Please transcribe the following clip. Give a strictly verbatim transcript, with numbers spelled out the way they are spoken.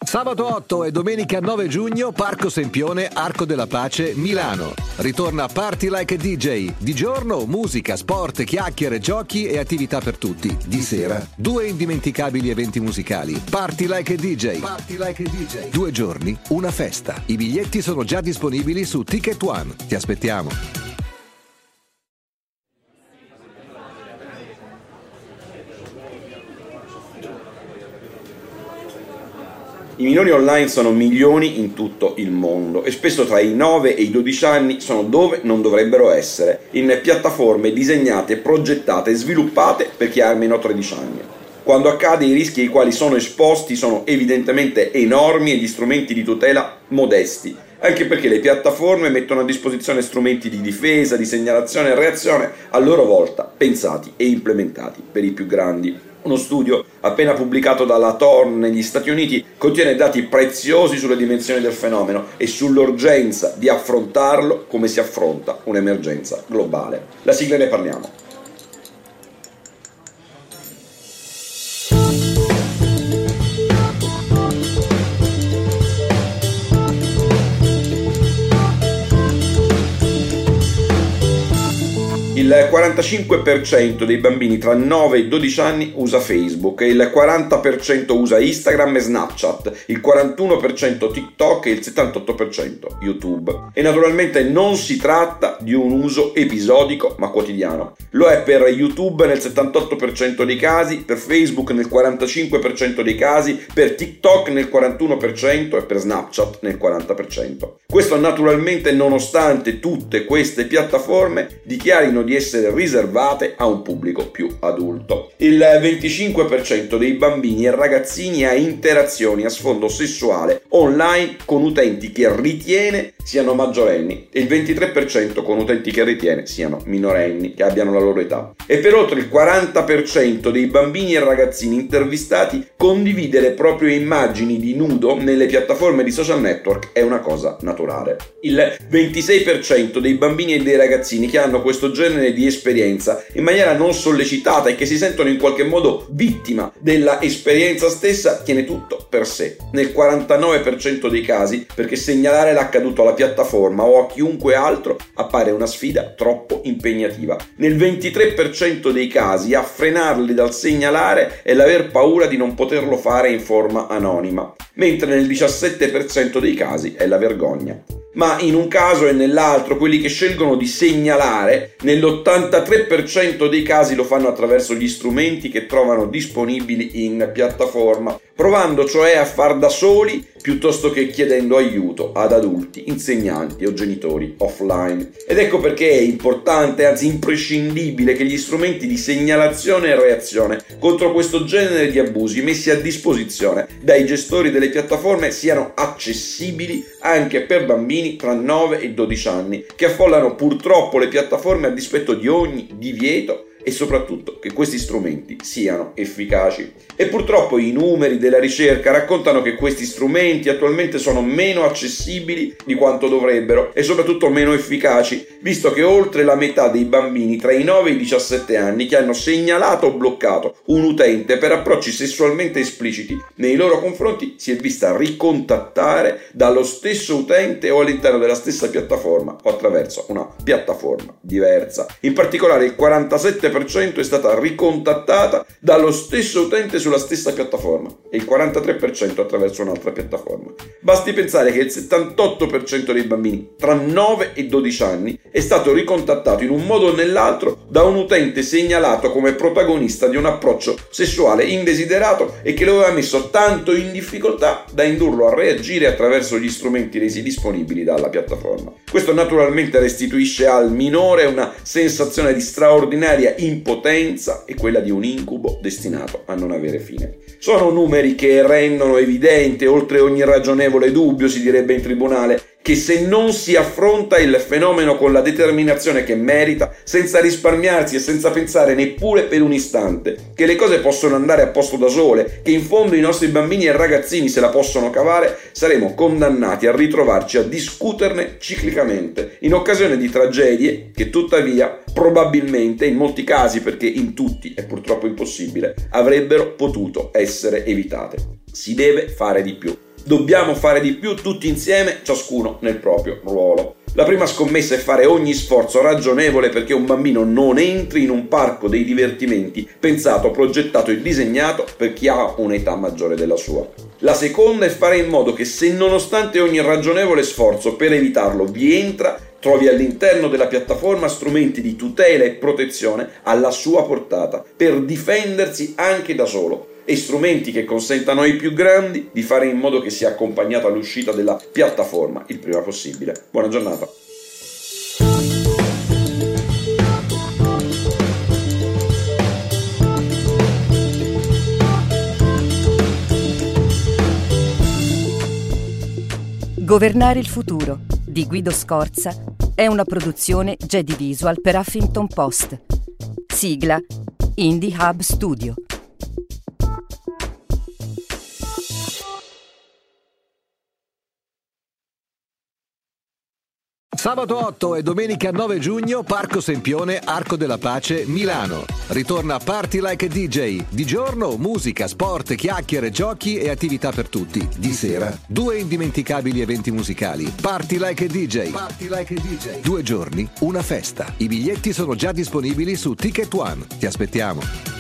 Sabato otto e domenica nove giugno, Parco Sempione, Arco della Pace, Milano. Ritorna Party Like a D J. Di giorno, musica, sport, chiacchiere, giochi e attività per tutti. Di sera, due indimenticabili eventi musicali. Party Like a D J. Party Like a D J. Due giorni, una festa. I biglietti sono già disponibili su Ticket One. Ti aspettiamo. I minori online sono milioni in tutto il mondo e spesso tra i nove e i dodici anni sono dove non dovrebbero essere, in piattaforme disegnate, progettate e sviluppate per chi ha almeno tredici anni. Quando accade, i rischi ai quali sono esposti sono evidentemente enormi e gli strumenti di tutela modesti, anche perché le piattaforme mettono a disposizione strumenti di difesa, di segnalazione e reazione a loro volta pensati e implementati per i più grandi. Uno studio appena pubblicato dalla Thorn negli Stati Uniti contiene dati preziosi sulle dimensioni del fenomeno e sull'urgenza di affrontarlo come si affronta un'emergenza globale. La sigla ne parliamo. Il quarantacinque per cento dei bambini tra nove e dodici anni usa Facebook, il quaranta per cento usa Instagram e Snapchat, il quarantuno per cento TikTok e il settantotto per cento YouTube. E naturalmente non si tratta di un uso episodico ma quotidiano. Lo è per YouTube nel settantotto per cento dei casi, per Facebook nel quarantacinque per cento dei casi, per TikTok nel quarantuno per cento e per Snapchat nel quaranta per cento. Questo naturalmente nonostante tutte queste piattaforme dichiarino di essere riservate a un pubblico più adulto. Il venticinque per cento dei bambini e ragazzini ha interazioni a sfondo sessuale online con utenti che ritiene siano maggiorenni e il ventitré per cento con utenti che ritiene siano minorenni, che abbiano la loro età. E per oltre il quaranta per cento dei bambini e ragazzini intervistati condividere proprio immagini di nudo nelle piattaforme di social network è una cosa naturale. Il ventisei per cento dei bambini e dei ragazzini che hanno questo genere di esperienza in maniera non sollecitata e che si sentono in qualche modo vittima della esperienza stessa tiene tutto per sé. Nel quarantanove per cento dei casi perché segnalare l'accaduto alla piattaforma o a chiunque altro appare una sfida troppo impegnativa. Nel ventitré per cento dei casi a frenarli dal segnalare è l'aver paura di non poterlo fare in forma anonima, mentre nel diciassette per cento dei casi è la vergogna. Ma in un caso e nell'altro quelli che scelgono di segnalare nell'ottantatré per cento dei casi lo fanno attraverso gli strumenti che trovano disponibili in piattaforma, provando cioè a far da soli piuttosto che chiedendo aiuto ad adulti, insegnanti o genitori offline. Ed ecco perché è importante, anzi imprescindibile, che gli strumenti di segnalazione e reazione contro questo genere di abusi messi a disposizione dai gestori delle piattaforme siano accessibili anche per bambini tra nove e dodici anni, che affollano purtroppo le piattaforme a dispetto di ogni divieto e soprattutto che questi strumenti siano efficaci. E purtroppo i numeri della ricerca raccontano che questi strumenti attualmente sono meno accessibili di quanto dovrebbero e soprattutto meno efficaci, visto che oltre la metà dei bambini tra i nove e i diciassette anni che hanno segnalato o bloccato un utente per approcci sessualmente espliciti nei loro confronti si è vista ricontattare dallo stesso utente o all'interno della stessa piattaforma o attraverso una piattaforma diversa. In particolare il quarantasette per cento è stata ricontattata dallo stesso utente sulla stessa piattaforma e il quarantatré per cento attraverso un'altra piattaforma. Basti pensare che il settantotto per cento dei bambini tra nove e dodici anni è stato ricontattato in un modo o nell'altro da un utente segnalato come protagonista di un approccio sessuale indesiderato e che lo aveva messo tanto in difficoltà da indurlo a reagire attraverso gli strumenti resi disponibili dalla piattaforma. Questo naturalmente restituisce al minore una sensazione di straordinaria impotenza e quella di un incubo destinato a non avere fine. Sono numeri che rendono evidente, oltre ogni ragionevole dubbio, si direbbe in tribunale, che se non si affronta il fenomeno con la determinazione che merita, senza risparmiarsi e senza pensare neppure per un istante che le cose possono andare a posto da sole, che in fondo i nostri bambini e ragazzini se la possono cavare, saremo condannati a ritrovarci a discuterne ciclicamente, in occasione di tragedie che tuttavia, probabilmente, in molti casi, perché in tutti è purtroppo impossibile, avrebbero potuto essere evitate. Si deve fare di più. Dobbiamo fare di più tutti insieme, ciascuno nel proprio ruolo. La prima scommessa è fare ogni sforzo ragionevole perché un bambino non entri in un parco dei divertimenti pensato, progettato e disegnato per chi ha un'età maggiore della sua. La seconda è fare in modo che se nonostante ogni ragionevole sforzo per evitarlo vi entra, trovi all'interno della piattaforma strumenti di tutela e protezione alla sua portata per difendersi anche da solo e strumenti che consentano ai più grandi di fare in modo che sia accompagnata all'uscita della piattaforma il prima possibile. Buona giornata. Governare il futuro di Guido Scorza è una produzione Jedi Visual per Huffington Post. Sigla Indie Hub Studio. Sabato otto e domenica nove giugno, Parco Sempione, Arco della Pace, Milano. Ritorna Party Like a D J. Di giorno, musica, sport, chiacchiere, giochi e attività per tutti. Di sera, due indimenticabili eventi musicali. Party Like a D J. Party Like a D J. Due giorni, una festa. I biglietti sono già disponibili su Ticket One. Ti aspettiamo.